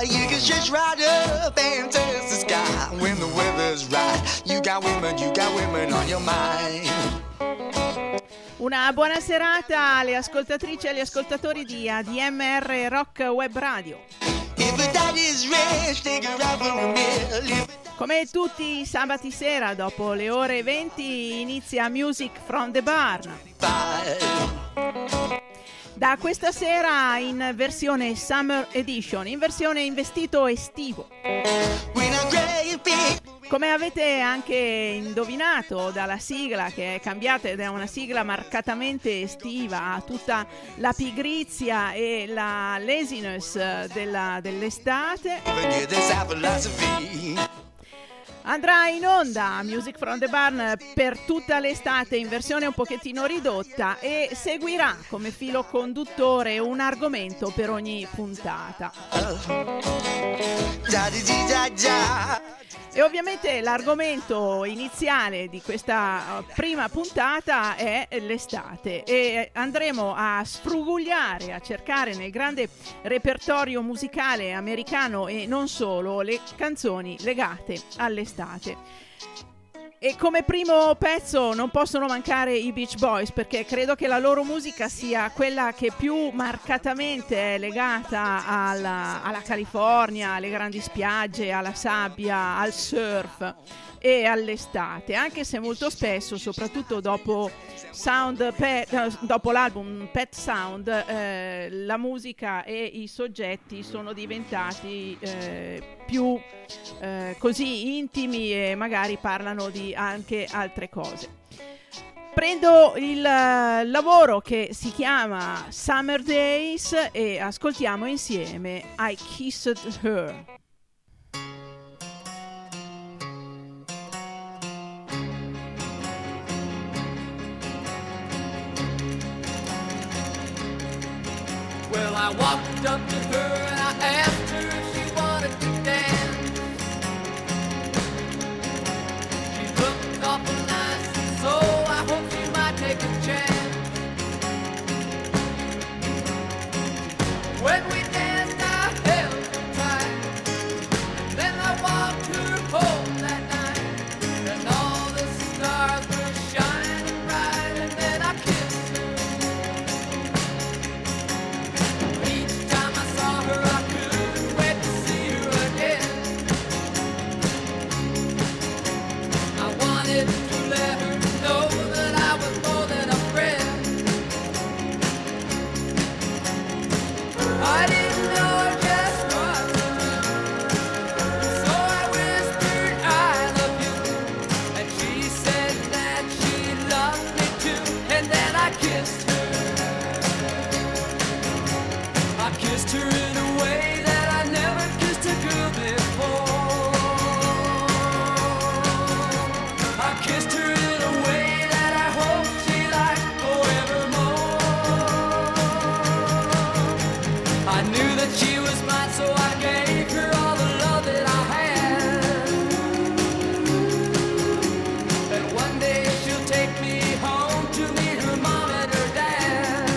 You can stretch right up and touch the sky when the weather's right. You got women on your mind. Una buona serata alle ascoltatrici e agli ascoltatori di ADMR Rock Web Radio. Come tutti i sabati sera dopo le ore 20 inizia Music from the Barn. Da questa sera in versione Summer Edition, in versione in vestito estivo. Come avete anche indovinato dalla sigla che è cambiata ed è una sigla marcatamente estiva, ha tutta la pigrizia e la laziness dell'estate. Andrà in onda Music from the Barn per tutta l'estate in versione un pochettino ridotta e seguirà come filo conduttore un argomento per ogni puntata. E ovviamente l'argomento iniziale di questa prima puntata è l'estate e andremo a sfrugugliare, a cercare nel grande repertorio musicale americano e non solo le canzoni legate all'estate. E come primo pezzo non possono mancare i Beach Boys, perché credo che la loro musica sia quella che più marcatamente è legata alla California, alle grandi spiagge, alla sabbia, al surf e all'estate, anche se molto spesso, soprattutto dopo l'album Pet Sound, la musica e i soggetti sono diventati più così intimi e magari parlano di anche altre cose. Prendo il lavoro che si chiama Summer Days e ascoltiamo insieme I Kissed Her. Well, I walked up to her and I asked her if she wanted to dance. She looked awful nice, so I hope she might take a chance. When we danced, I held her tight. Then I walked her home that night, and all the stars were shining bright. And then I kissed her. Each time I saw her, I couldn't wait to see her again. I wanted to let her know that I was more than a friend. I didn't know just what to do, so I whispered, I love you. And she said that she loved me too, and then I kissed her. I kissed her in a way that I never kissed a girl before. I kissed her in a way that I hope she liked forevermore. I knew that she was mine, so I gave her all the love that I had. And one day she'll take me home to meet her mom and her dad.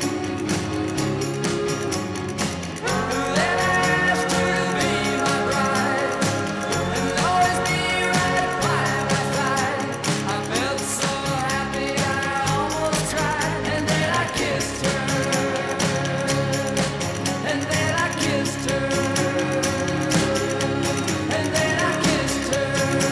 Then I asked her to be my bride and always be right by my side. I felt so happy I almost cried, and then I kissed her, and then I kissed her, and then I kissed her.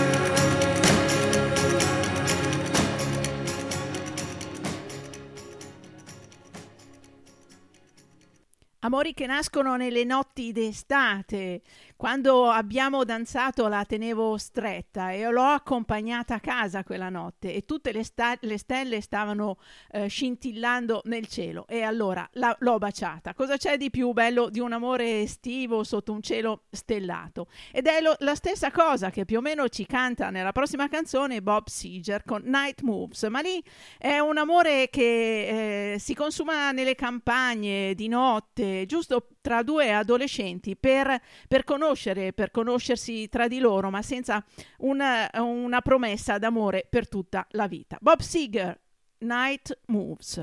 Amori che nascono nelle notti d'estate. Quando abbiamo danzato la tenevo stretta e l'ho accompagnata a casa quella notte e tutte le stelle stavano scintillando nel cielo e allora l'ho baciata. Cosa c'è di più bello di un amore estivo sotto un cielo stellato? Ed è la stessa cosa che più o meno ci canta nella prossima canzone Bob Seger con Night Moves, ma lì è un amore che si consuma nelle campagne di notte, giusto tra due adolescenti per conoscersi tra di loro, ma senza una promessa d'amore per tutta la vita. Bob Seger, Night Moves.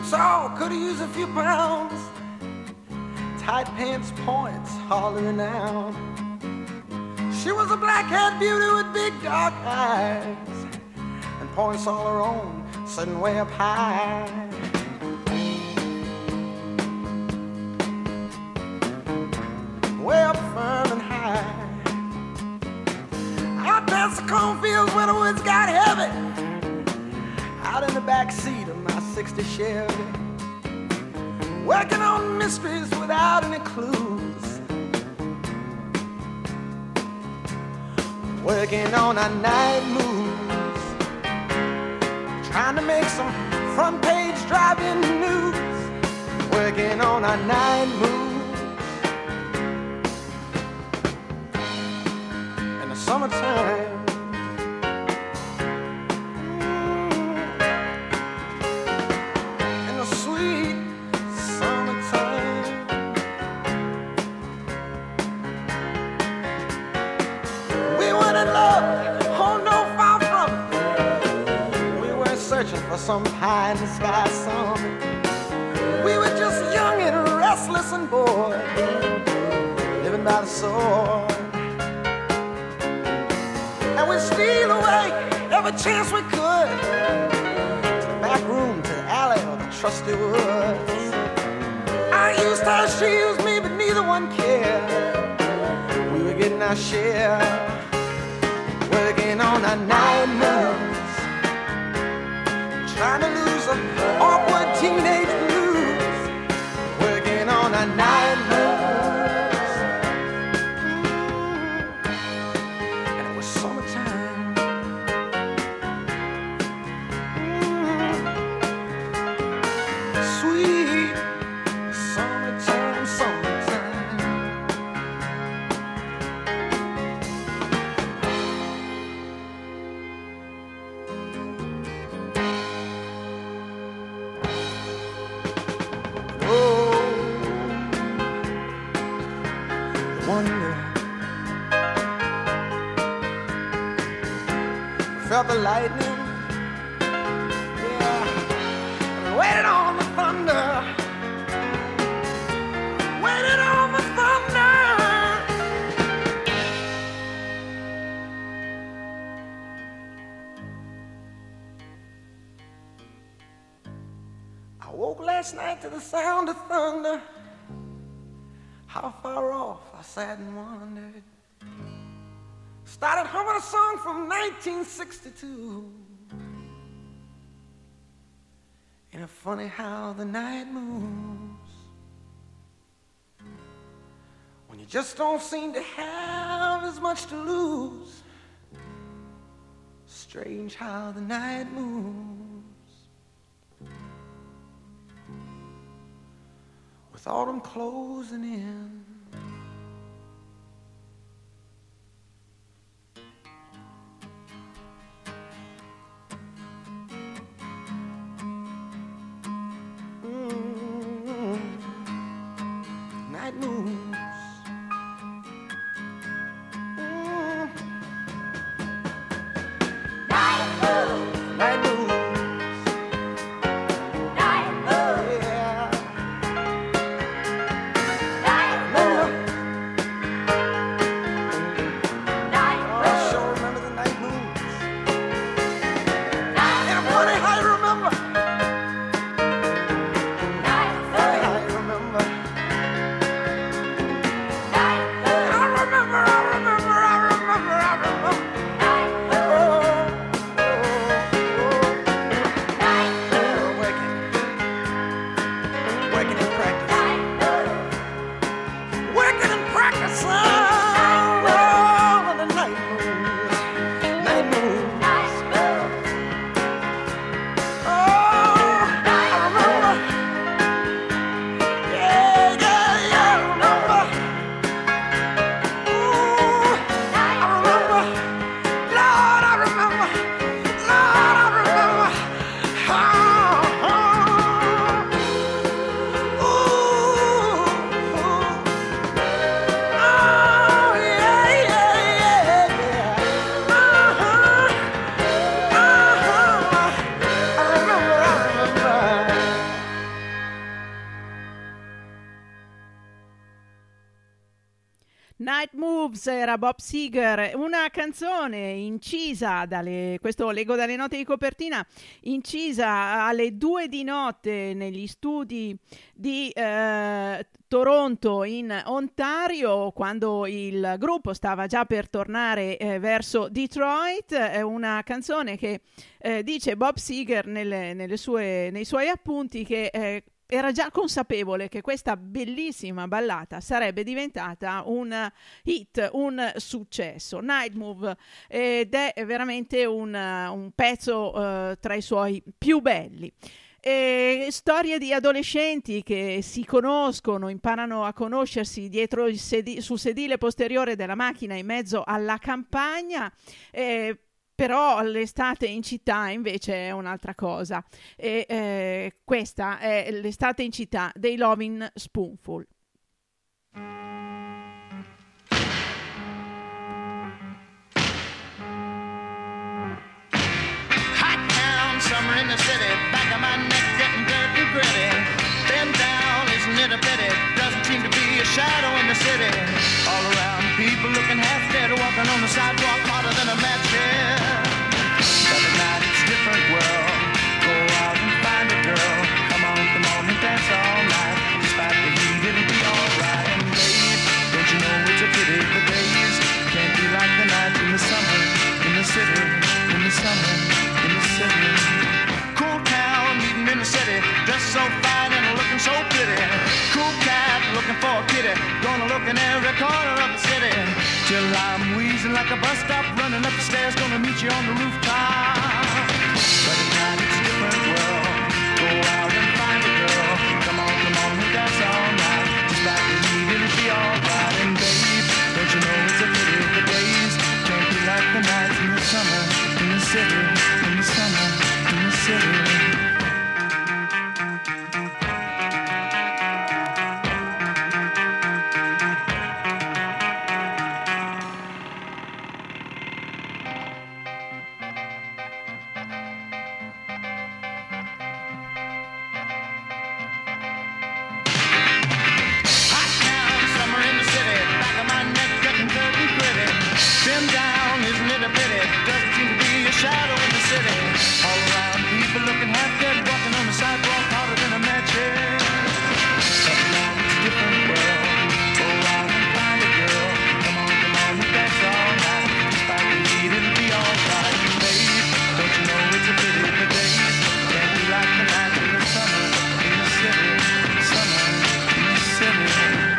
tall, could use a few pounds. Tight pants points, hardly renowned. She was a black-haired beauty with big dark eyes and points all her own, sitting way up high. Way up firm and high. Out past the cornfields where the woods got heavy. Out in the back seat of my '60 Chevy, working on mysteries without any clues, working on our night moves, trying to make some front page driving news, working on our night moves in the summertime. For some pie in the sky song. We were just young and restless and bored, living by the sword. And we'd steal away every chance we could, to the back room, to the alley, or the trusty woods. I used her, she used me, but neither one cared. We were getting our share, working on our night moves, trying to lose an awkward teenage blues, working on a night moves. And it was summertime. Sweet summertime, summertime. Felt the lightning, yeah, waited on the thunder, waited on the thunder. I woke last night to the sound of thunder. How far off I sat and wondered. Started humming a song from 1962. Ain't it funny how the night moves when you just don't seem to have as much to lose? Strange how the night moves with autumn closing in. Night moves. Night moves. Night moves. Night moves. Yeah. Night moves. Night Moves era Bob Seger, una canzone incisa questo leggo dalle note di copertina, incisa alle 2 di notte negli studi di Toronto in Ontario, quando il gruppo stava già per tornare verso Detroit. È una canzone che dice Bob Seger nei suoi appunti che era già consapevole che questa bellissima ballata sarebbe diventata un hit, un successo. Night Move, ed è veramente un pezzo tra i suoi più belli. Storie di adolescenti che si conoscono, imparano a conoscersi dietro sul sedile posteriore della macchina in mezzo alla campagna. Però l'estate in città invece è un'altra cosa, e questa è l'estate in città dei Lovin' Spoonful. Hot town, summer in the city, back of my neck getting dirt and gritty. Bend down, isn't it a pity? Doesn't seem to be a shadow in the city. All around, people looking half dead, walking on the sidewalk harder than a match here. But at night it's a different world. Go out and find a girl. Come on and dance all night. Despite the heat, it'll be alright. And babe, don't you know it's a pity the days can't be like the nights in the summer, in the city, in the summer, in the city. Cool town, meeting in the city, dressed so fine and looking so pretty. Cool cat, looking for a kitty, gonna look in every corner of the city. Till I'm wheezing like a bus stop, running up the stairs, gonna meet you on the rooftop. But at night it's a different world. Go out and find a girl. Come on and dance all night. Just like the heat, it'll be alright. And babe, don't you know it's a pity the days can't be like the nights in the summer, in the city, in the summer, in the city. Shadow in the city, all around people looking half dead, walking on the sidewalk harder than a match head. But now it's a different world. Go out and find a girl. Come on and dance all night. Despite the heat, it'll be alright. Babe, don't you know it's a pity the days can't be like the night in the summer, in the city, summer, in the city.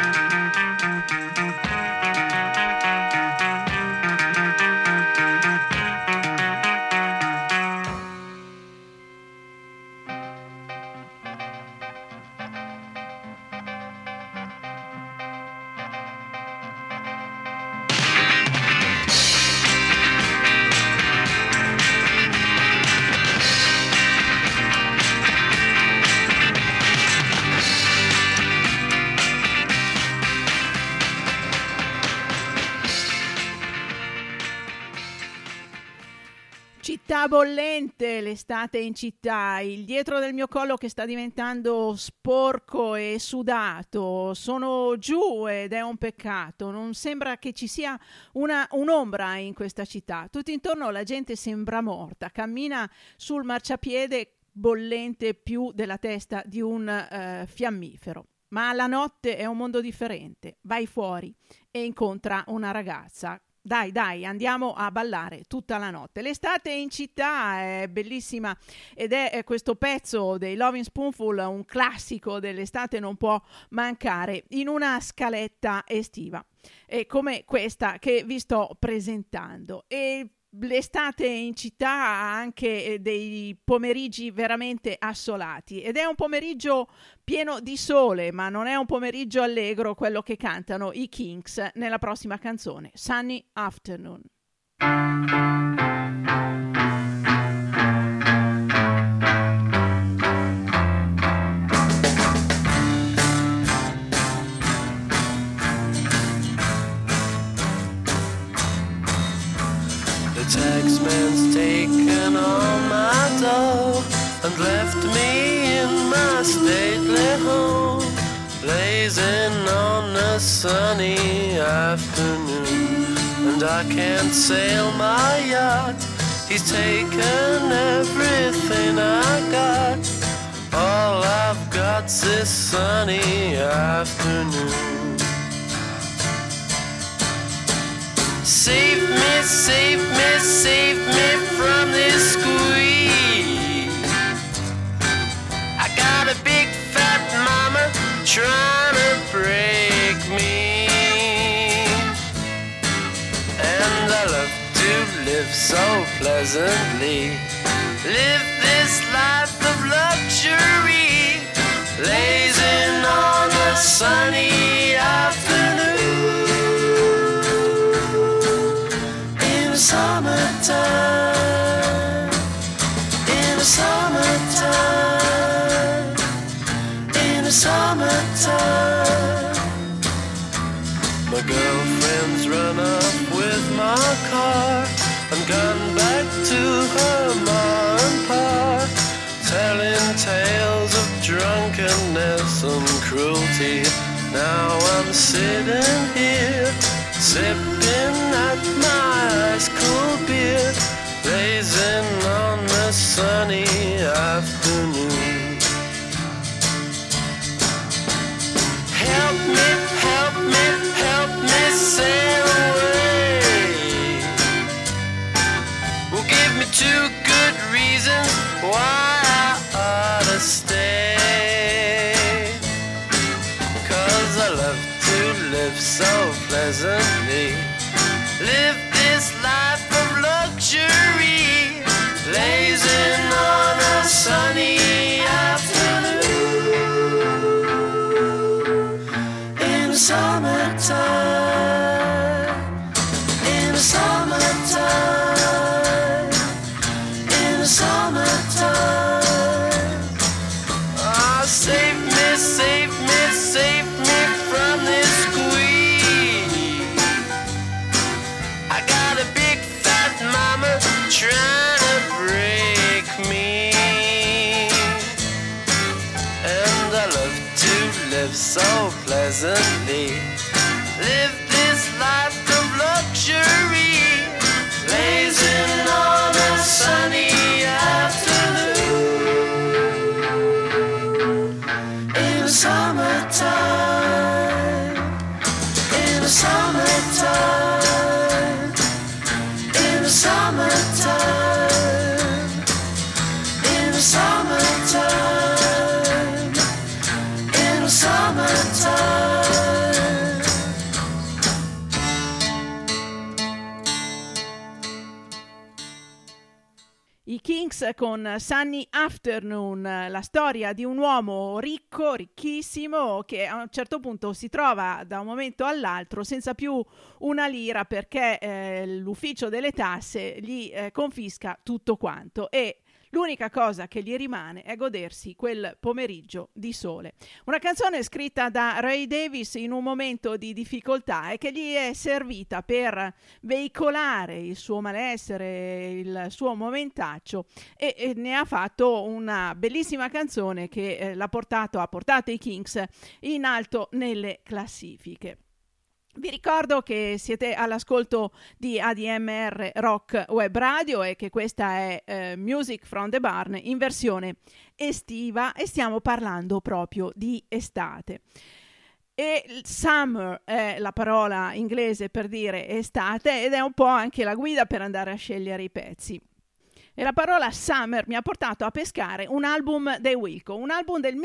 Città bollente, l'estate in città, il dietro del mio collo che sta diventando sporco e sudato, sono giù ed è un peccato, non sembra che ci sia un'ombra in questa città, tutto intorno la gente sembra morta, cammina sul marciapiede bollente più della testa di un fiammifero. Ma la notte è un mondo differente, vai fuori e incontra una ragazza. Dai, andiamo a ballare tutta la notte. L'estate in città è bellissima ed è questo pezzo dei Lovin' Spoonful, un classico dell'estate, non può mancare in una scaletta estiva come questa che vi sto presentando. E l'estate in città ha anche dei pomeriggi veramente assolati ed è un pomeriggio pieno di sole, ma non è un pomeriggio allegro quello che cantano i Kinks nella prossima canzone, Sunny Afternoon. The taxman's taken all my dough and left me in my stately home, blazing on the a sunny afternoon, and I can't sail my yacht. He's taken everything I got. All I've got's this sunny afternoon. Save me, save me, save me from this squeeze. I got a big fat mama trying to break me, and I love to live so pleasantly, live this life of luxury, lazing on a sunny afternoon in the summertime, in the summertime, in the summertime. My girlfriend's run off with my car and gone back to her ma and pa, telling tales of drunkenness and cruelty. Now I'm sitting here, sipping at my ice cold beer, blazing on the sunny afternoon. Help me, help me, help me sail away. Well, give me 2 good reasons why I ought to stay. 'Cause I love to live so pleasantly, live this life of luxury, lazing on a sunny afternoon in the summertime, in the summertime, in the summertime. Ah, save me, save me, save me from this squeeze. I got a big fat mama trying to break me, and I love to live so pleasantly, live this life of luxury, lazing on a sunny afternoon in the summertime, in the summertime, in the summertime, in the summertime, in the summertime. I Kinks con Sunny Afternoon, la storia di un uomo ricco, ricchissimo, che a un certo punto si trova da un momento all'altro senza più una lira perché l'ufficio delle tasse gli confisca tutto quanto e l'unica cosa che gli rimane è godersi quel pomeriggio di sole. Una canzone scritta da Ray Davies in un momento di difficoltà e che gli è servita per veicolare il suo malessere, il suo momentaccio e ne ha fatto una bellissima canzone che ha portato i Kinks in alto nelle classifiche. Vi ricordo che siete all'ascolto di ADMR Rock Web Radio e che questa è Music from the Barn in versione estiva e stiamo parlando proprio di estate. E summer è la parola inglese per dire estate ed è un po' anche la guida per andare a scegliere i pezzi. E la parola summer mi ha portato a pescare un album dei Wilco, un album del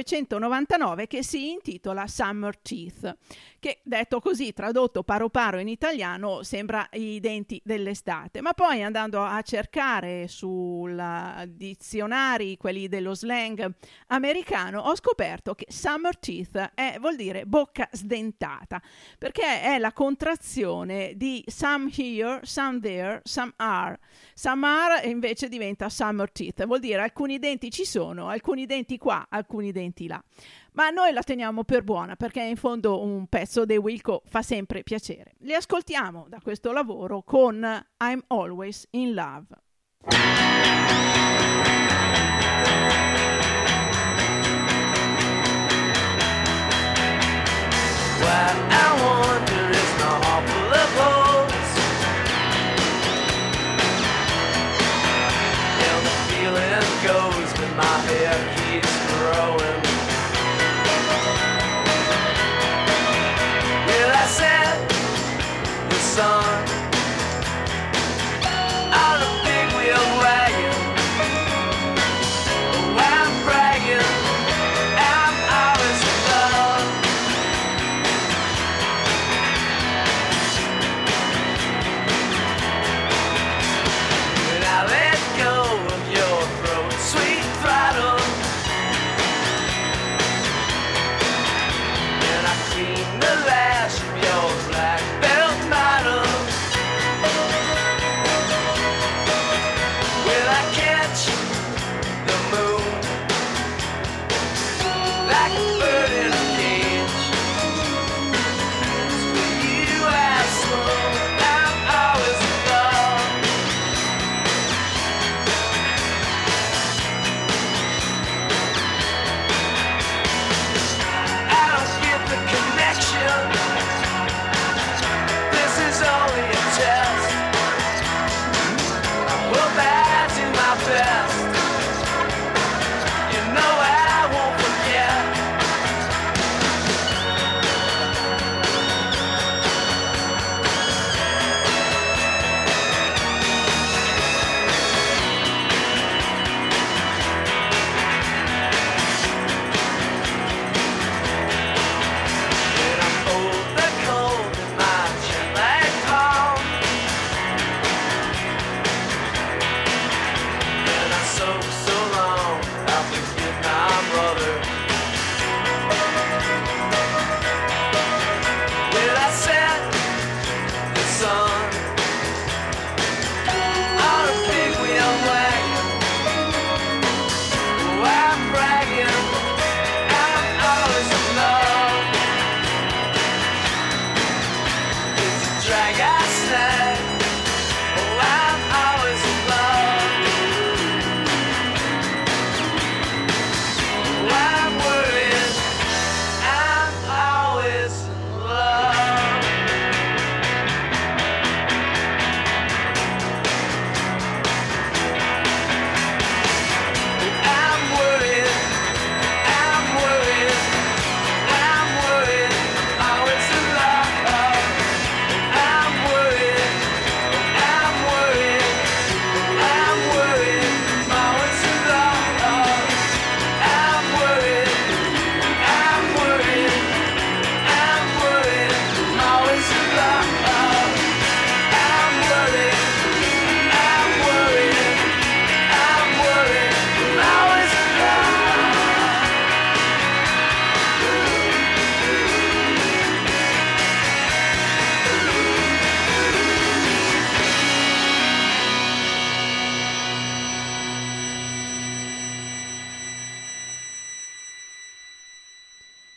1999 che si intitola Summer Teeth, che detto così, tradotto paro paro in italiano, sembra i denti dell'estate. Ma poi andando a cercare sul dizionari, quelli dello slang americano, ho scoperto che Summer Teeth vuol dire bocca sdentata, perché è la contrazione di some here, some there, some are. Some are invece diventa Summer Teeth, vuol dire alcuni denti ci sono, alcuni denti qua, alcuni denti là. Ma noi la teniamo per buona perché in fondo un pezzo dei Wilco fa sempre piacere. Li ascoltiamo da questo lavoro con I'm Always in Love. Why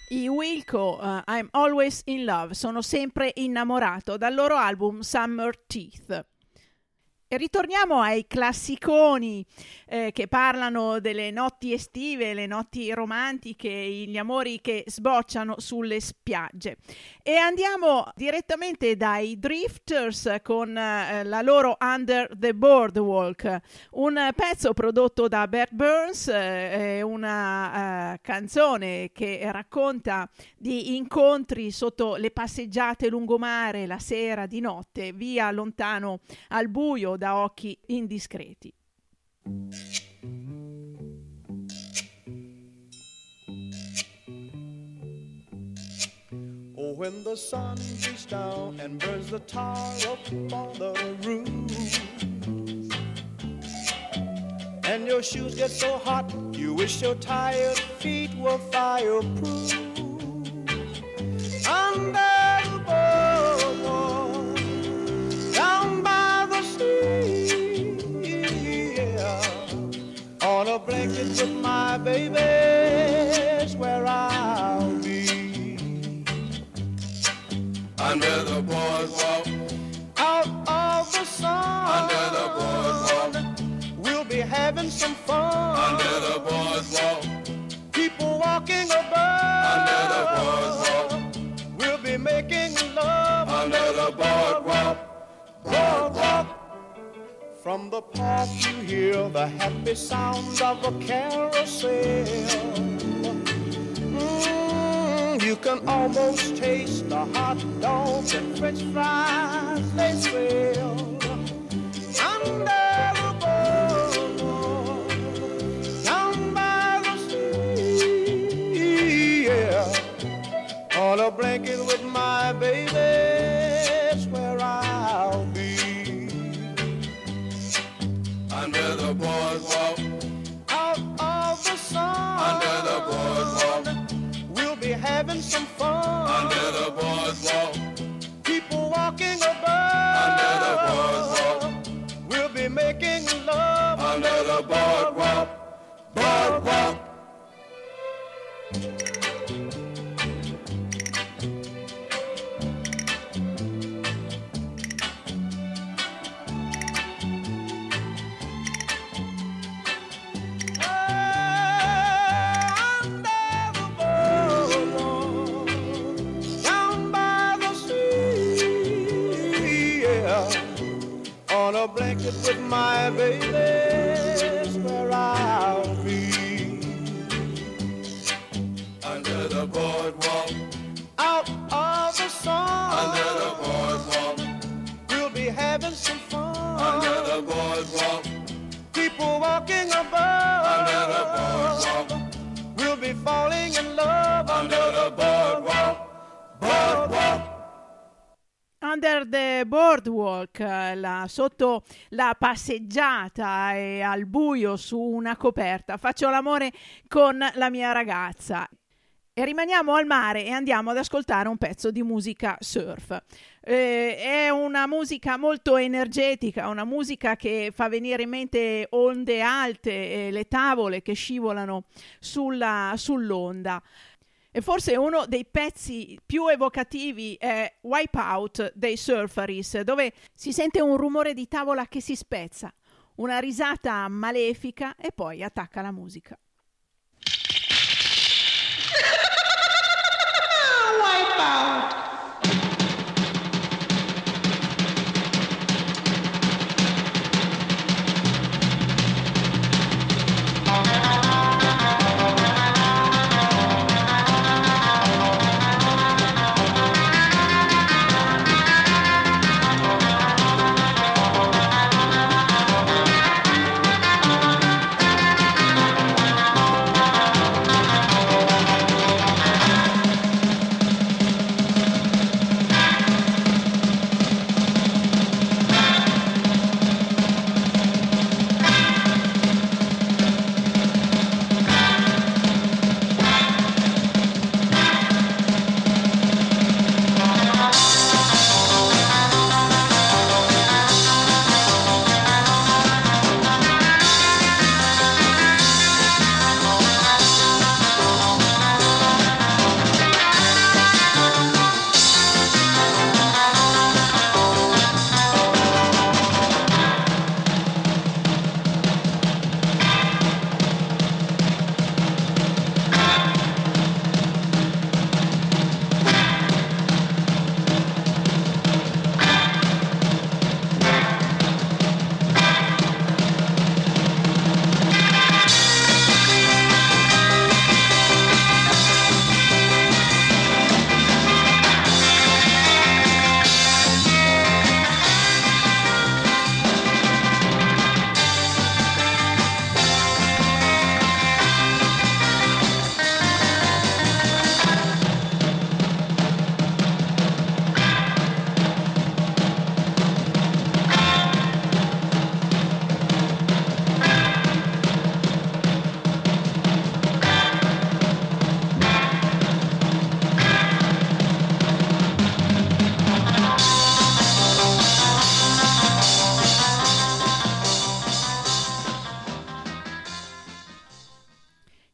I Wilco, I'm Always in Love, sono sempre innamorato, dal loro album Summer Teeth. E ritorniamo ai classiconi che parlano delle notti estive, le notti romantiche, gli amori che sbocciano sulle spiagge. E andiamo direttamente dai Drifters con la loro Under the Boardwalk, un pezzo prodotto da Bert Burns, una canzone che racconta di incontri sotto le passeggiate lungomare la sera di notte, via lontano al buio da occhi indiscreti. Oh, when the sun beats down and burns the tar up on the roof, and your shoes get so hot you wish your tired feet were fireproof. Under the boardwalk, down by the sea, yeah, on a blanket with my baby's where I'll be. Under the boardwalk, Out of the sun, under the boardwalk, we'll be having some fun. under the boardwalk, People walking above, under the boardwalk, we'll be making love under the boardwalk. boardwalk. From the park you hear the happy sounds of a carousel. You can almost taste the hot dogs and french fries they sell. Under the boardwalk, down by the sea, yeah, on a blanket with my baby, it's where I'll be. Under the boardwalk, Out of the sun, under the boardwalk, we'll be having some fun. under the boardwalk, People walking above, under the boardwalk, we'll be making love under the boardwalk, boardwalk. under the boardwalk, down by the sea, yeah, on a blanket with my baby, is where I'll be. Under the boardwalk, Out of the sun, under the boardwalk, we'll be having some fun. under the boardwalk, People walking above, under the boardwalk, we'll be falling in love under the boardwalk, boardwalk. Under the Boardwalk, sotto la passeggiata e al buio su una coperta, faccio l'amore con la mia ragazza. E rimaniamo al mare e andiamo ad ascoltare un pezzo di musica surf. È una musica molto energetica, una musica che fa venire in mente onde alte, le tavole che scivolano sull'onda. E forse uno dei pezzi più evocativi è Wipeout dei Surfaris, dove si sente un rumore di tavola che si spezza, una risata malefica e poi attacca la musica. Wipeout.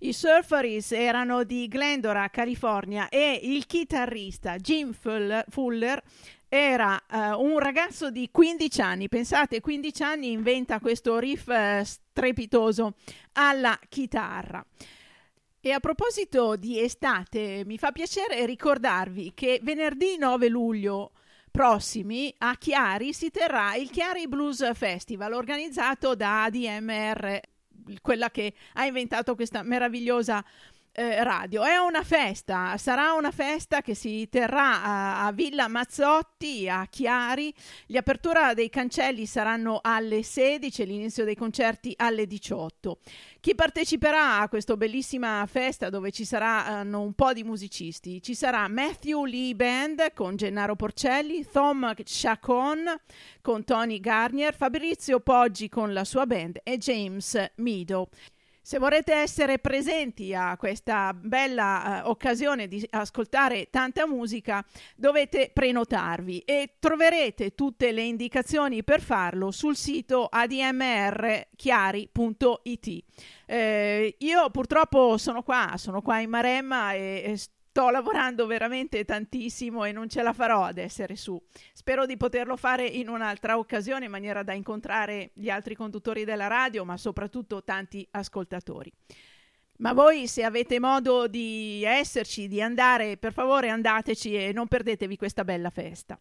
I Surfaris erano di Glendora, California, e il chitarrista Jim Fuller era un ragazzo di 15 anni. Pensate, 15 anni inventa questo riff strepitoso alla chitarra. E a proposito di estate, mi fa piacere ricordarvi che venerdì 9 luglio prossimi a Chiari si terrà il Chiari Blues Festival, organizzato da ADMR, quella che ha inventato questa meravigliosa radio. È una festa, sarà una festa che si terrà a Villa Mazzotti a Chiari. L'apertura dei cancelli saranno alle 16 e l'inizio dei concerti alle 18. Chi parteciperà a questa bellissima festa, dove ci saranno un po' di musicisti? Ci sarà Matthew Lee Band con Gennaro Porcelli, Tom Chacon con Tony Garnier, Fabrizio Poggi con la sua band e James Meadow. Se vorrete essere presenti a questa bella occasione di ascoltare tanta musica, dovete prenotarvi e troverete tutte le indicazioni per farlo sul sito admrchiari.it. Io purtroppo sono qua in Maremma e sto lavorando veramente tantissimo e non ce la farò ad essere su. Spero di poterlo fare in un'altra occasione, in maniera da incontrare gli altri conduttori della radio, ma soprattutto tanti ascoltatori. Ma voi, se avete modo di esserci, di andare, per favore andateci e non perdetevi questa bella festa.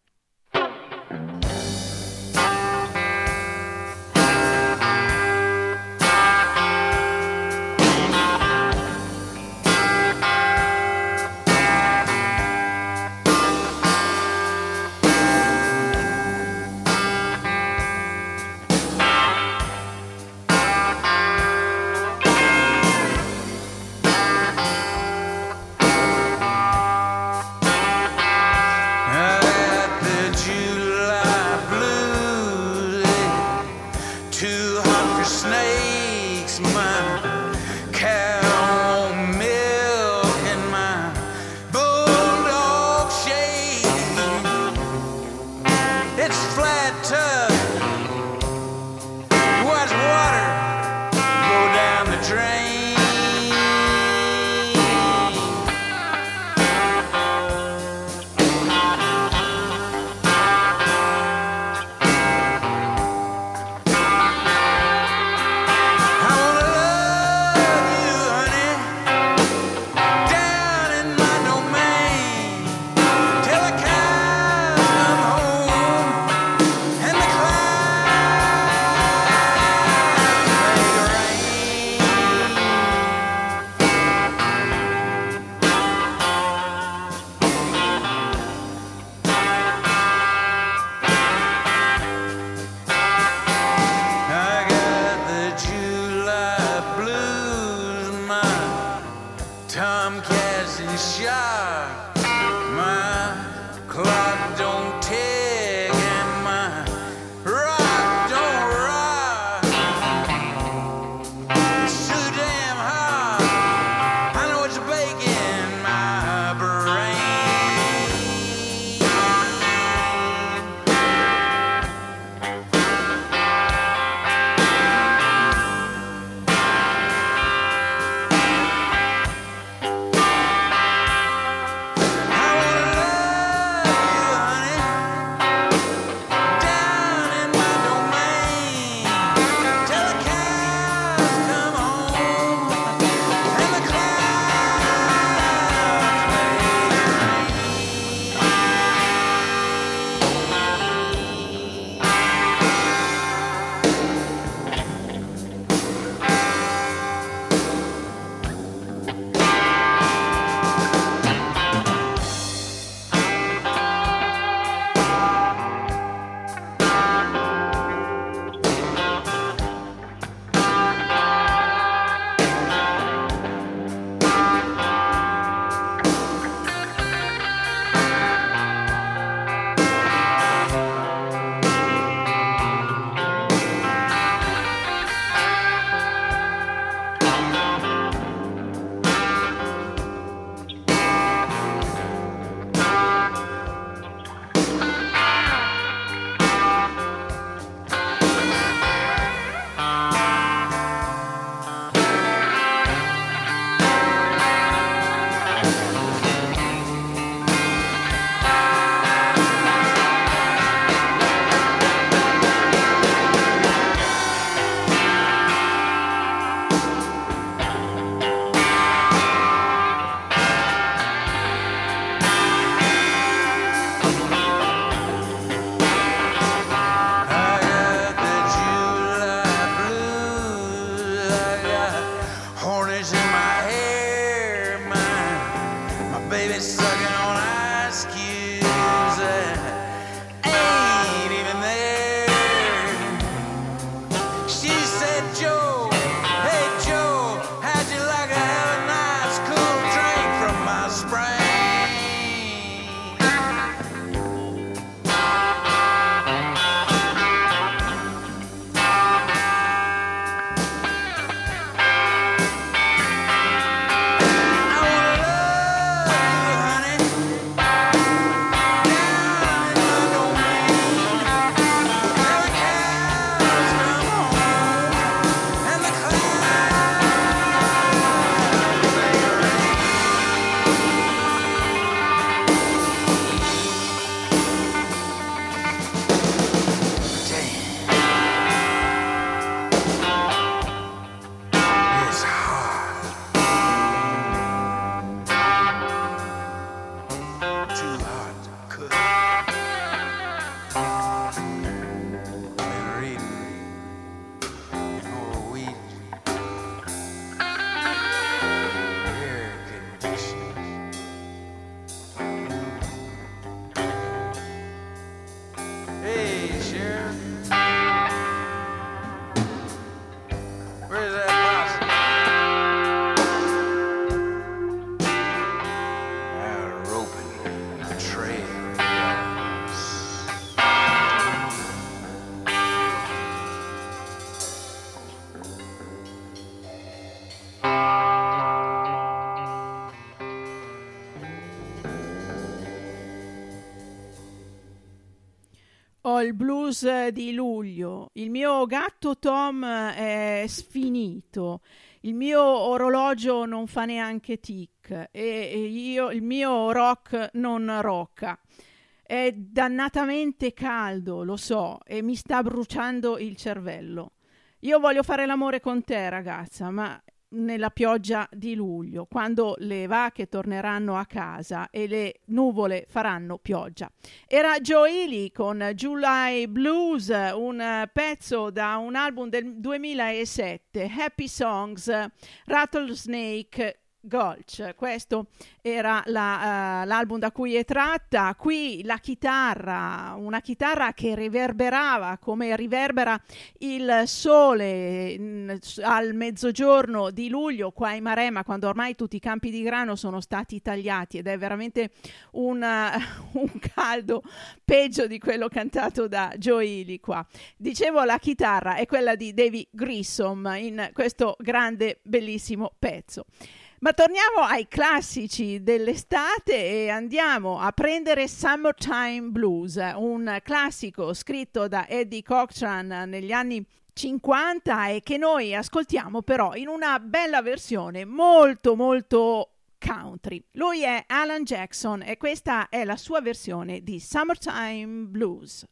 il blues di luglio, il mio gatto Tom è sfinito, il mio orologio non fa neanche tic il mio rock non rocca. È dannatamente caldo, lo so, e mi sta bruciando il cervello. Io voglio fare l'amore con te, ragazza, ma nella pioggia di luglio, quando le vacche torneranno a casa e le nuvole faranno pioggia. Era Joe Ely con July Blues, un pezzo da un album del 2007, Happy Songs, Rattlesnake Gulch. Questo era l'album da cui è tratta. Qui la chitarra, una chitarra che riverberava come riverbera il sole al mezzogiorno di luglio qua in Maremma, quando ormai tutti i campi di grano sono stati tagliati ed è veramente un caldo peggio di quello cantato da Joe Ely qua. Dicevo, la chitarra è quella di Davy Grissom in questo grande bellissimo pezzo. Ma torniamo ai classici dell'estate e andiamo a prendere Summertime Blues, un classico scritto da Eddie Cochran negli anni 50 e che noi ascoltiamo però in una bella versione molto molto country. Lui è Alan Jackson e questa è la sua versione di Summertime Blues.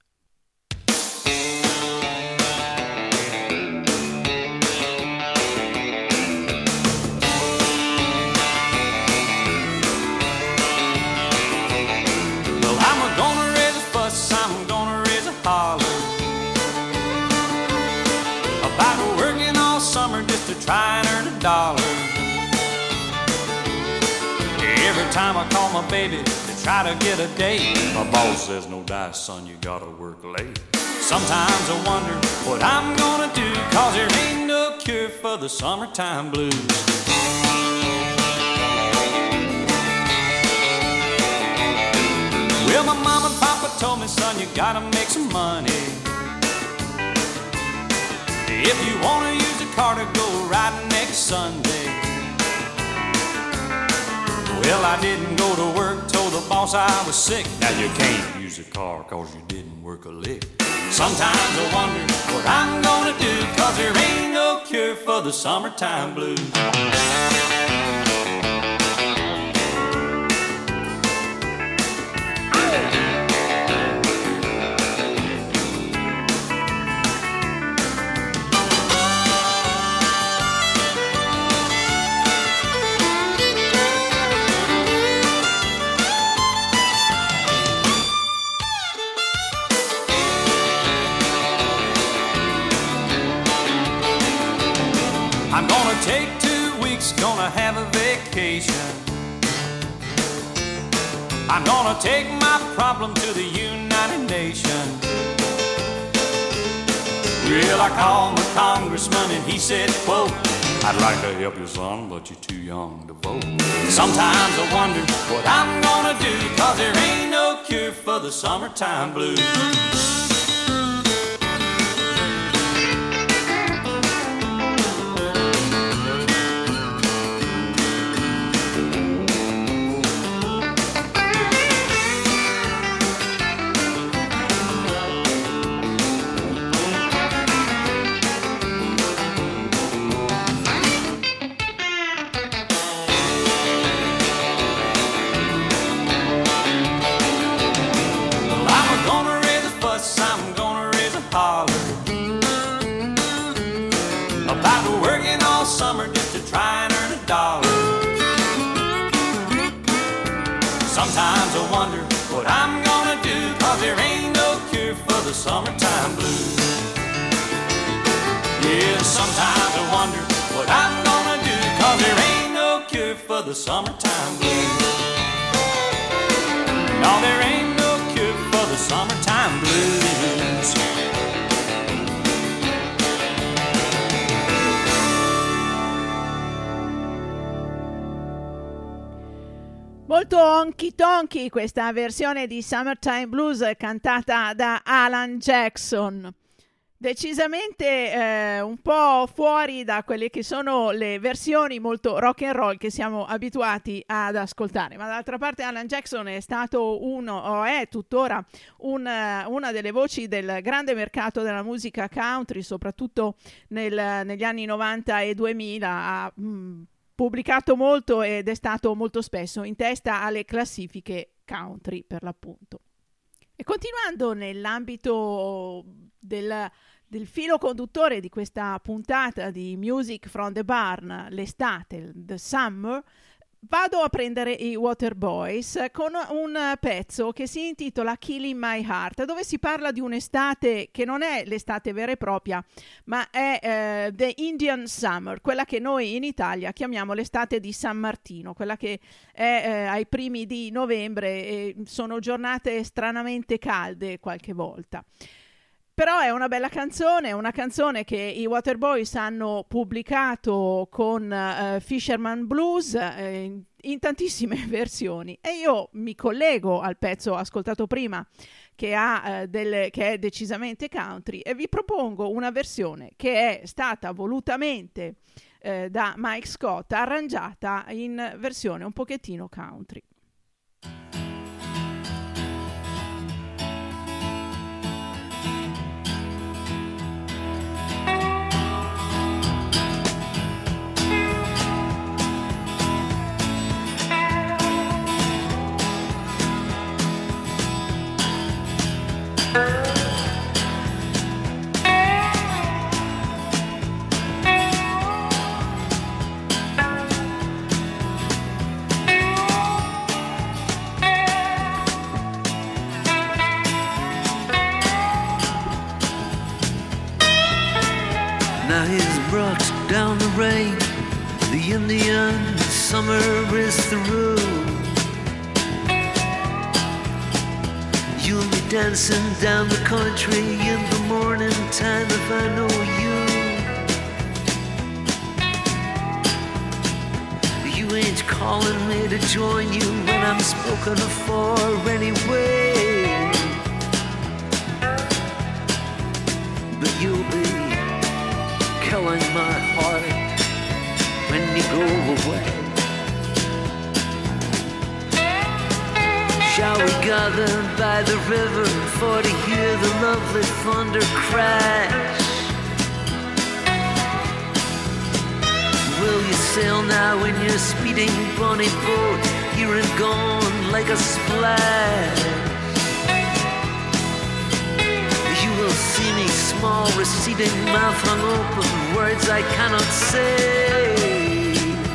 I'm gonna raise a holler about working all summer just to try and earn $1. Every time I call my baby to try to get a date, my boss says, no dice, son, you gotta work late. Sometimes I wonder what I'm gonna do, 'cause there ain't no cure for the summertime blues. Well, my mama and papa told me, son, you gotta make some money. If you wanna use the car to go riding next Sunday. Well, I didn't go to work, told the boss I was sick. Now you can't use the car 'cause you didn't work a lick. Sometimes I wonder what I'm gonna do, 'cause there ain't no cure for the summertime blues. I'm gonna take 2 weeks, gonna have a vacation. I'm gonna take my problem to the United Nations. Well, I called my congressman and he said, quote, I'd like to help you, son, but you're too young to vote. Sometimes I wonder what I'm gonna do, 'cause there ain't no cure for the summertime blues. Summer just to try and earn $1. Sometimes I wonder what I'm gonna do, 'cause there ain't no cure for the summertime blues. Yeah, sometimes I wonder what I'm gonna do, 'cause there ain't no cure for the summertime blues. No, there ain't no cure for the summertime blues. Molto honky tonky questa versione di Summertime Blues cantata da Alan Jackson. Decisamente un po' fuori da quelle che sono le versioni molto rock and roll che siamo abituati ad ascoltare, ma d'altra parte Alan Jackson è stato uno, o è tuttora una delle voci del grande mercato della musica country, soprattutto negli anni 90 e 2000. Ha pubblicato molto ed è stato molto spesso in testa alle classifiche country, per l'appunto. E continuando nell'ambito del filo conduttore di questa puntata di Music from the Barn, l'estate, the summer, vado a prendere i Waterboys con un pezzo che si intitola Killing My Heart, dove si parla di un'estate che non è l'estate vera e propria, ma è the Indian Summer, quella che noi in Italia chiamiamo l'estate di San Martino, quella che è ai primi di novembre e sono giornate stranamente calde qualche volta. Però è una bella canzone, una canzone che i Waterboys hanno pubblicato con Fisherman Blues in tantissime versioni, e io mi collego al pezzo ascoltato prima che è decisamente country, e vi propongo una versione che è stata volutamente da Mike Scott arrangiata in versione un pochettino country. Now he's brought down the rain, the Indian summer is through. You'll be dancing down the country in the morning time if I know you. You ain't calling me to join you when I'm spoken for anyway. But you'll be killing my heart when you go away. Shall we gather by the river for to hear the lovely thunder crash? Will you sail now in your speeding bonny boat, here and gone like a splash? You will see me small, receding, mouth hung open, words I cannot say.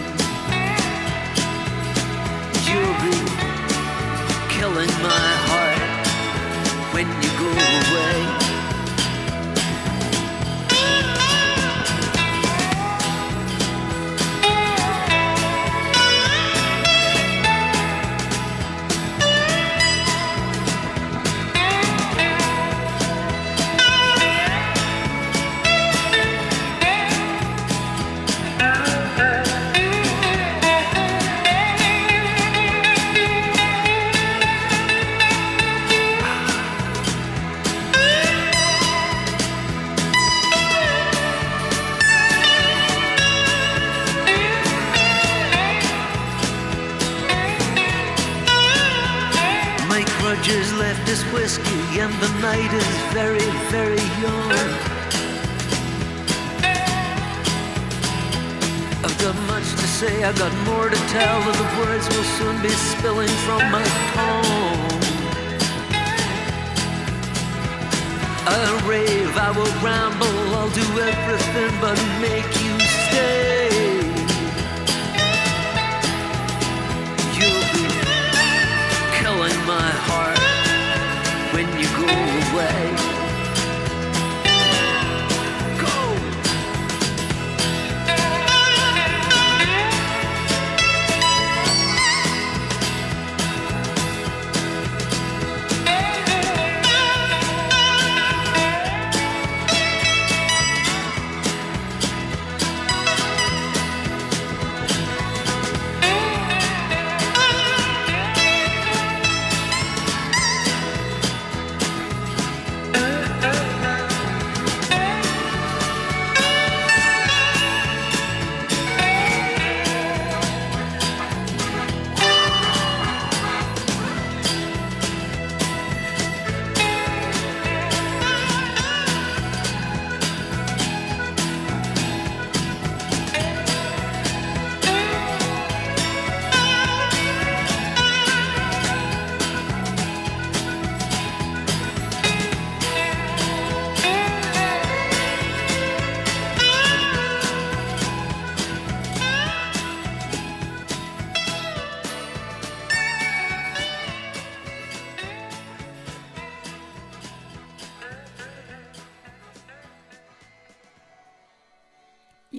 You'll be killing my heart when you go away. Left his whiskey and the night is very, very young. I've got much to say, I've got more to tell, and the words will soon be spilling from my tongue. I'll rave, I will ramble, I'll do everything but make you stay. You'll be killing my heart when you go away. Go!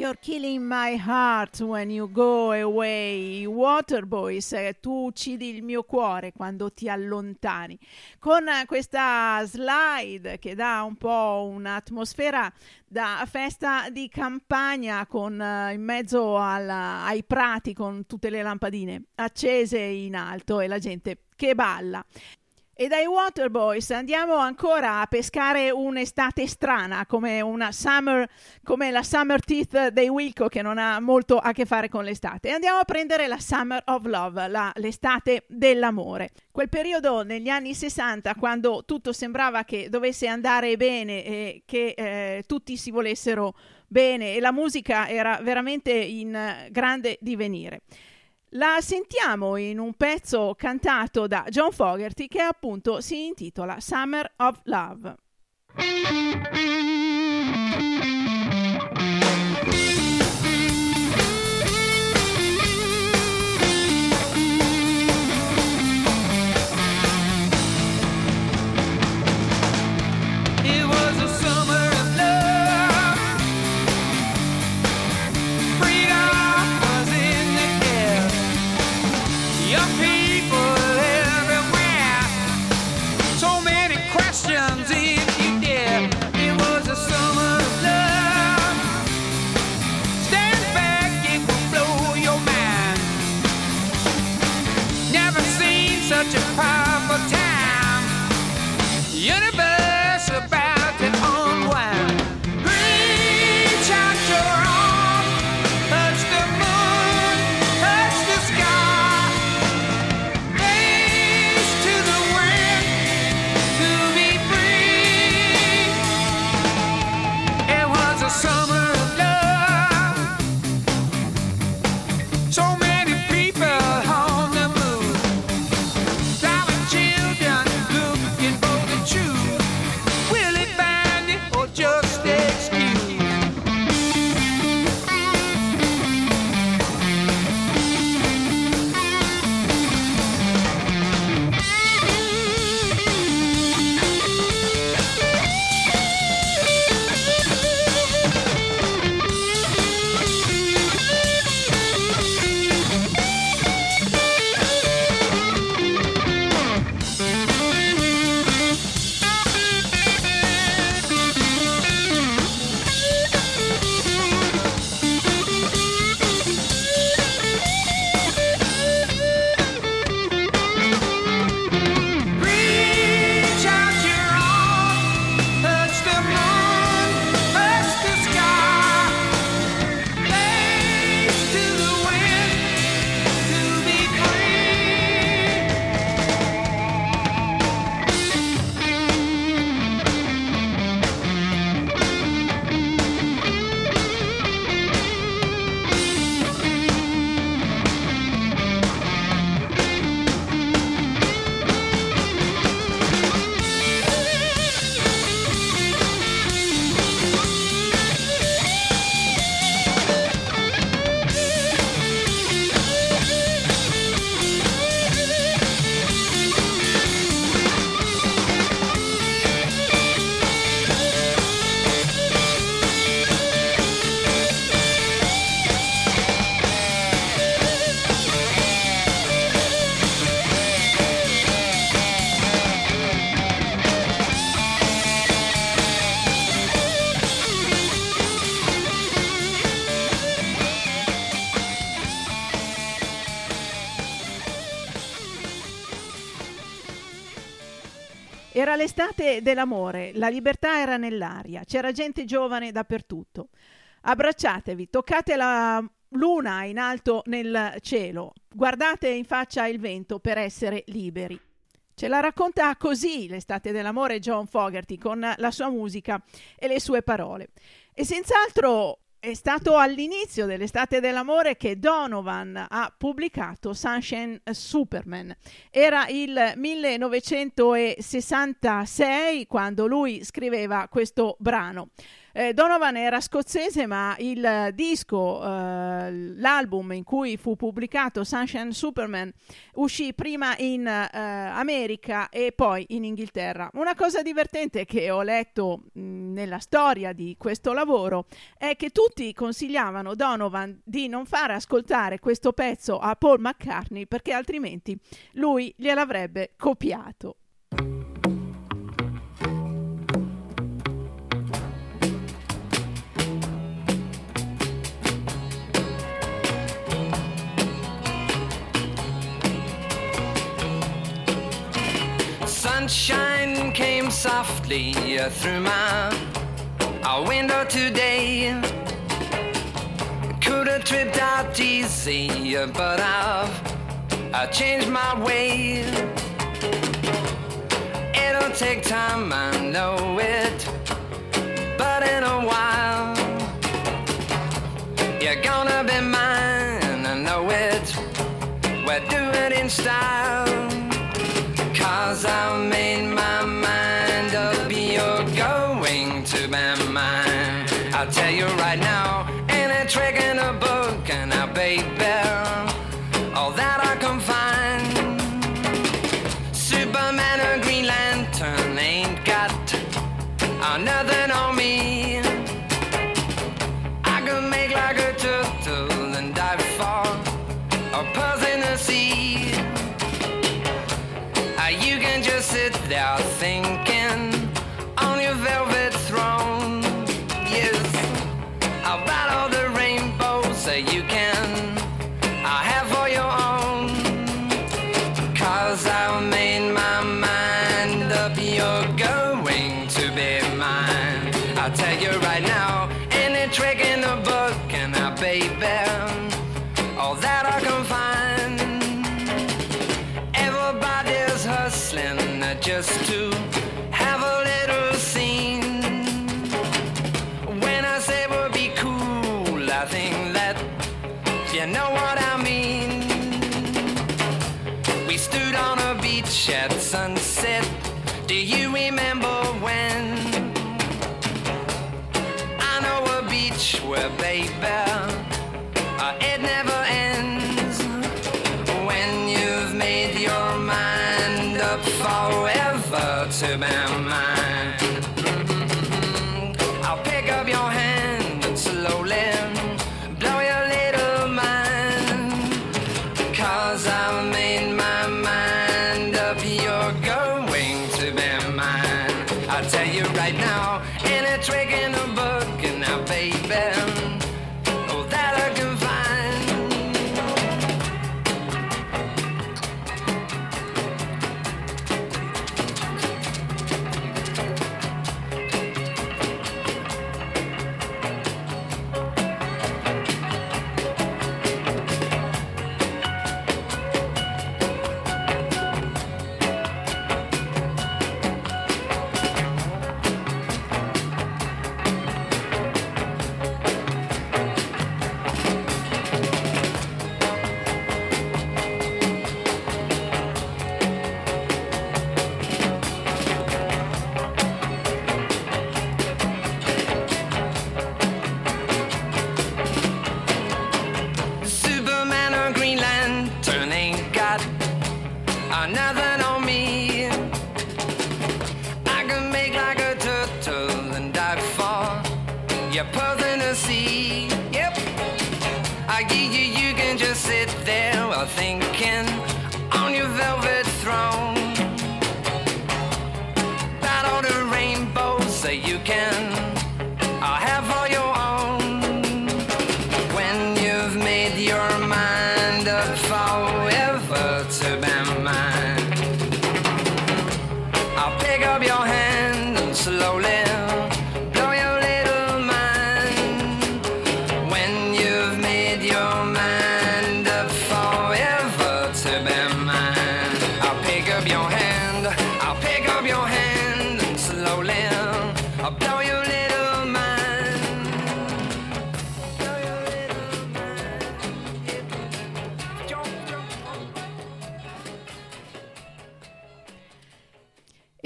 You're killing my heart when you go away. Waterboys, tu uccidi il mio cuore quando ti allontani. Con questa slide che dà un po' un'atmosfera da festa di campagna, con in mezzo ai prati con tutte le lampadine accese in alto e la gente che balla. E dai Waterboys andiamo ancora a pescare un'estate strana, come la Summer Teeth dei Wilco, che non ha molto a che fare con l'estate. E andiamo a prendere la Summer of Love, l'estate dell'amore. Quel periodo negli anni 60, quando tutto sembrava che dovesse andare bene e che tutti si volessero bene e la musica era veramente in grande divenire. La sentiamo in un pezzo cantato da John Fogerty che appunto si intitola Summer of Love. It was a summer of love. Freedom was in the air. Young people everywhere. So many questions if you dare. It was a summer of love. Stand back, it will blow your mind. Never seen such a powerful time. Universe about to unwind. Reach out your arm, touch the moon, touch the sky. Race to the wind to be free. It was a summer of love. So many people on the move. Driving children looking for the truth. Will it find it or just excuse? Reach out your arm, touch the moon, touch the sky. Race to the wind to be free. Era l'estate dell'amore, la libertà era nell'aria, c'era gente giovane dappertutto. Abbracciatevi, toccate la luna in alto nel cielo, guardate in faccia il vento per essere liberi. Ce la racconta così l'estate dell'amore John Fogerty con la sua musica e le sue parole. E senz'altro è stato all'inizio dell'estate dell'amore che Donovan ha pubblicato Sunshine Superman. Era il 1966 quando lui scriveva questo brano. Donovan era scozzese, ma il disco, l'album in cui fu pubblicato Sunshine Superman, uscì prima in America e poi in Inghilterra. Una cosa divertente che ho letto nella storia di questo lavoro è che tutti consigliavano Donovan di non fare ascoltare questo pezzo a Paul McCartney perché altrimenti lui gliel'avrebbe copiato. Sunshine came softly through my window today. Could have tripped out easy, but I've changed my way. It'll take time, I know it, but in a while you're gonna be mine, I know it. We'll do it in style. 'Cause I've made my mind up, you're going to be mine. I'll tell you right now, ain't a trick in a book, and now baby, all that I can find. Superman or Green Lantern ain't got nothing on me. I can make like a turtle and dive for a pearls in the sea. You can just sit there thinking on your velvet throne. Yes, about all the rainbows that you can have for your own. 'Cause I've made my mind up, you're going to be mine. I'll tell you right now, any trick in the book, and now baby, all that I can find. Everybody's hustling just to have a little scene. When I say we'll be cool, I think that you know what I mean. We stood on a beach at sunset. Do you remember when? I know a beach where, baby, it never ends. When you've made your mind up forever to be mine, I'll pick up your hand and slowly blow your little mind. 'Cause I've made my mind up, you're going to be mine. I'll tell you right now, any trick in a book, and now baby, oh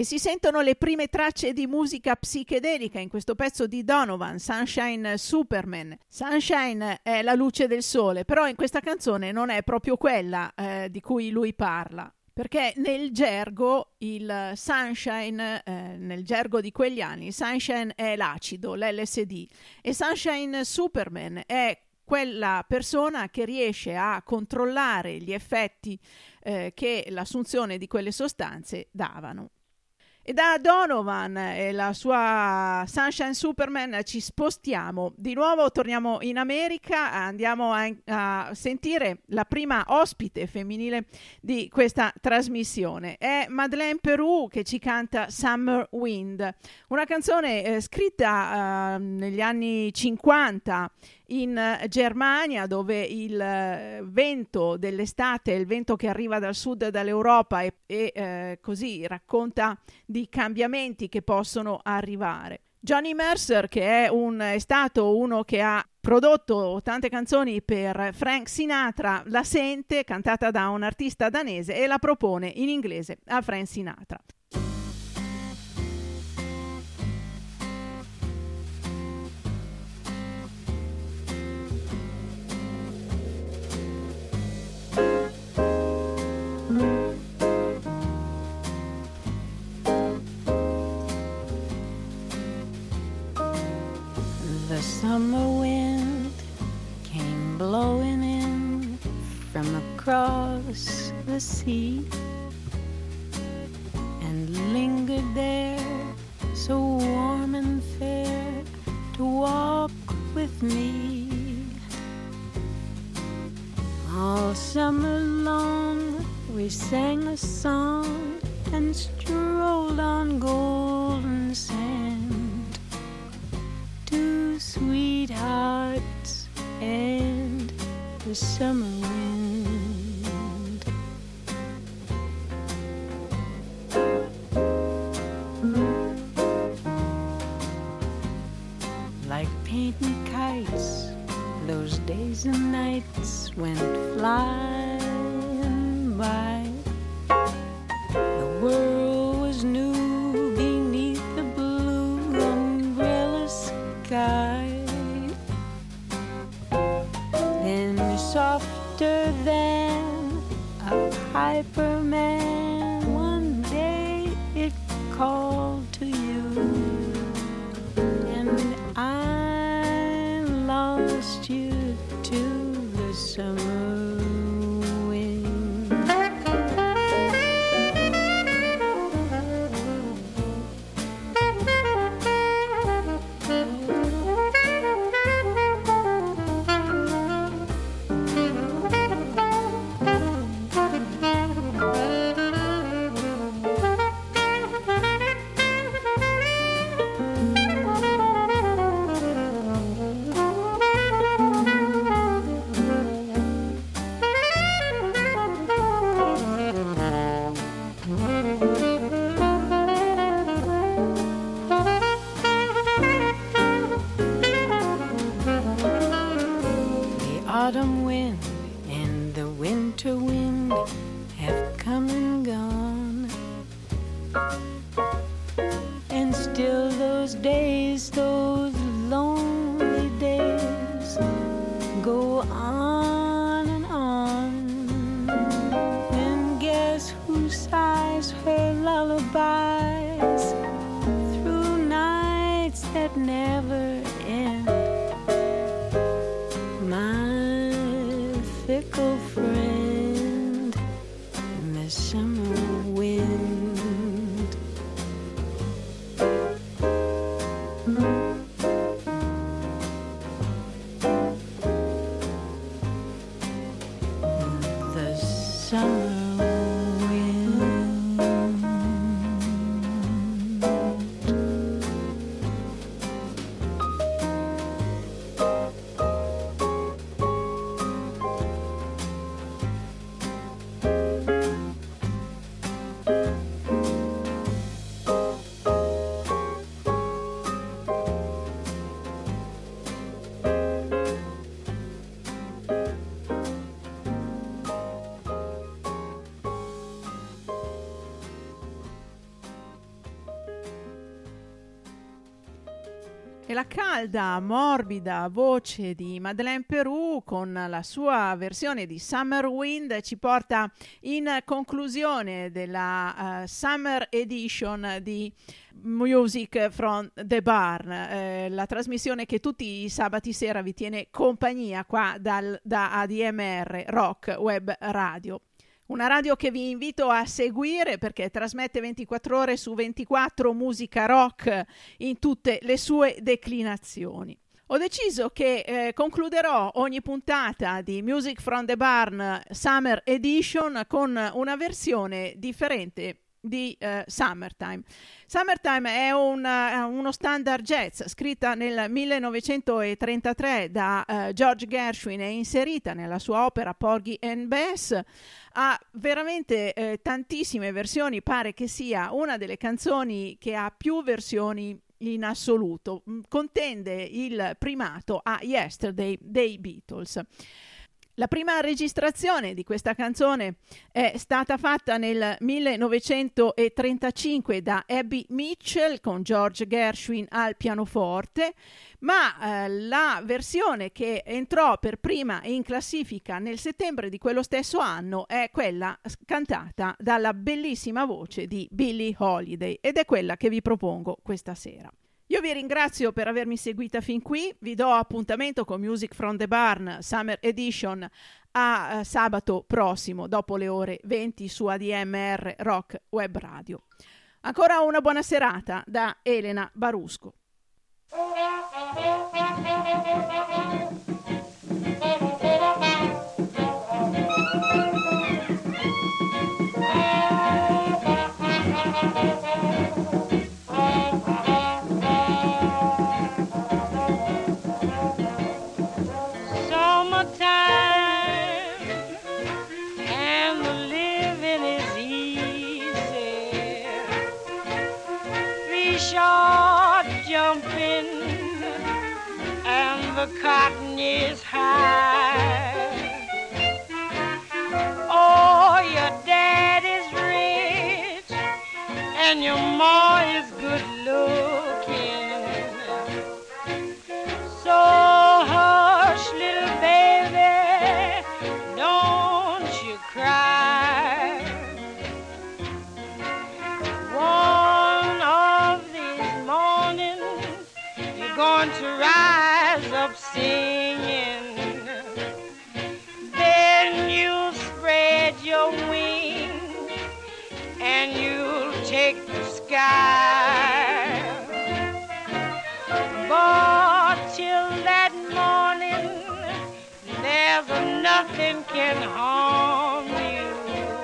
E si sentono le prime tracce di musica psichedelica in questo pezzo di Donovan, Sunshine Superman. Sunshine è la luce del sole, però in questa canzone non è proprio quella di cui lui parla. Perché nel gergo, il sunshine, nel gergo di quegli anni, il sunshine è l'acido, l'LSD, e Sunshine Superman è quella persona che riesce a controllare gli effetti che l'assunzione di quelle sostanze davano. E da Donovan e la sua Sunshine Superman ci spostiamo di nuovo, torniamo in America, andiamo a sentire la prima ospite femminile di questa trasmissione. È Madeleine Peru che ci canta Summer Wind, una canzone scritta negli anni 50 in Germania, dove il vento dell'estate, il vento che arriva dal sud dall'Europa e così racconta di cambiamenti che possono arrivare. Johnny Mercer, che è stato uno che ha prodotto tante canzoni per Frank Sinatra, la sente cantata da un artista danese e la propone in inglese a Frank Sinatra. The summer wind came blowing in from across the sea and lingered there, so warm and fair, to walk with me. All summer long we sang a song and strolled on golden sand. Two sweethearts and the summer wind. Like painting kites, those days and nights went flying by. The world was new beneath the blue umbrella sky. Then softer than a piper man, one day it called to you, and I lost you to the summer wind. Autumn wind and the winter wind have come and gone, and still those days, those lonely days, go on and on. And guess who sighs her lullabies through nights that never end? My fickle friend, the summer wind. The summer wind. E la calda, morbida voce di Madeleine Peru con la sua versione di Summer Wind ci porta in conclusione della Summer Edition di Music from the Barn, la trasmissione che tutti i sabati sera vi tiene compagnia qua da ADMR Rock Web Radio. Una radio che vi invito a seguire perché trasmette 24 ore su 24 musica rock in tutte le sue declinazioni. Ho deciso che concluderò ogni puntata di Music from the Barn Summer Edition con una versione differente di Summertime. Summertime è uno standard jazz scritta nel 1933 da George Gershwin e inserita nella sua opera Porgy and Bess. Ha veramente tantissime versioni, pare che sia una delle canzoni che ha più versioni in assoluto, contende il primato a Yesterday dei Beatles. La prima registrazione di questa canzone è stata fatta nel 1935 da Abby Mitchell con George Gershwin al pianoforte, ma la versione che entrò per prima in classifica nel settembre di quello stesso anno è quella cantata dalla bellissima voce di Billie Holiday ed è quella che vi propongo questa sera. Io vi ringrazio per avermi seguita fin qui, vi do appuntamento con Music from the Barn Summer Edition a sabato prossimo dopo le ore 20 su ADMR Rock Web Radio. Ancora una buona serata da Elena Barusco. The cotton is high. Oh, your dad is rich and your ma is good looking. So hush, little baby, don't you cry. One of these mornings you're going to rise up singing, then you spread your wings and you'll take the sky. But till that morning there's nothing can harm you.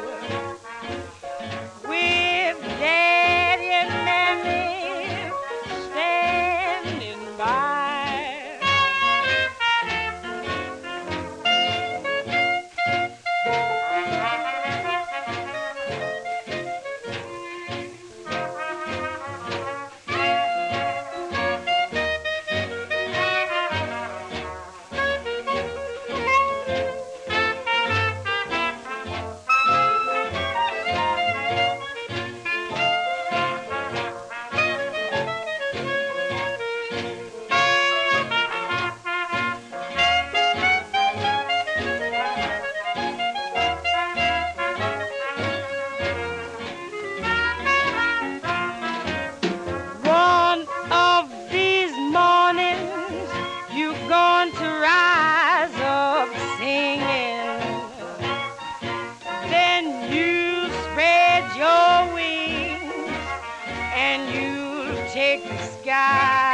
With Daddy and Mammy standing by. Take the sky.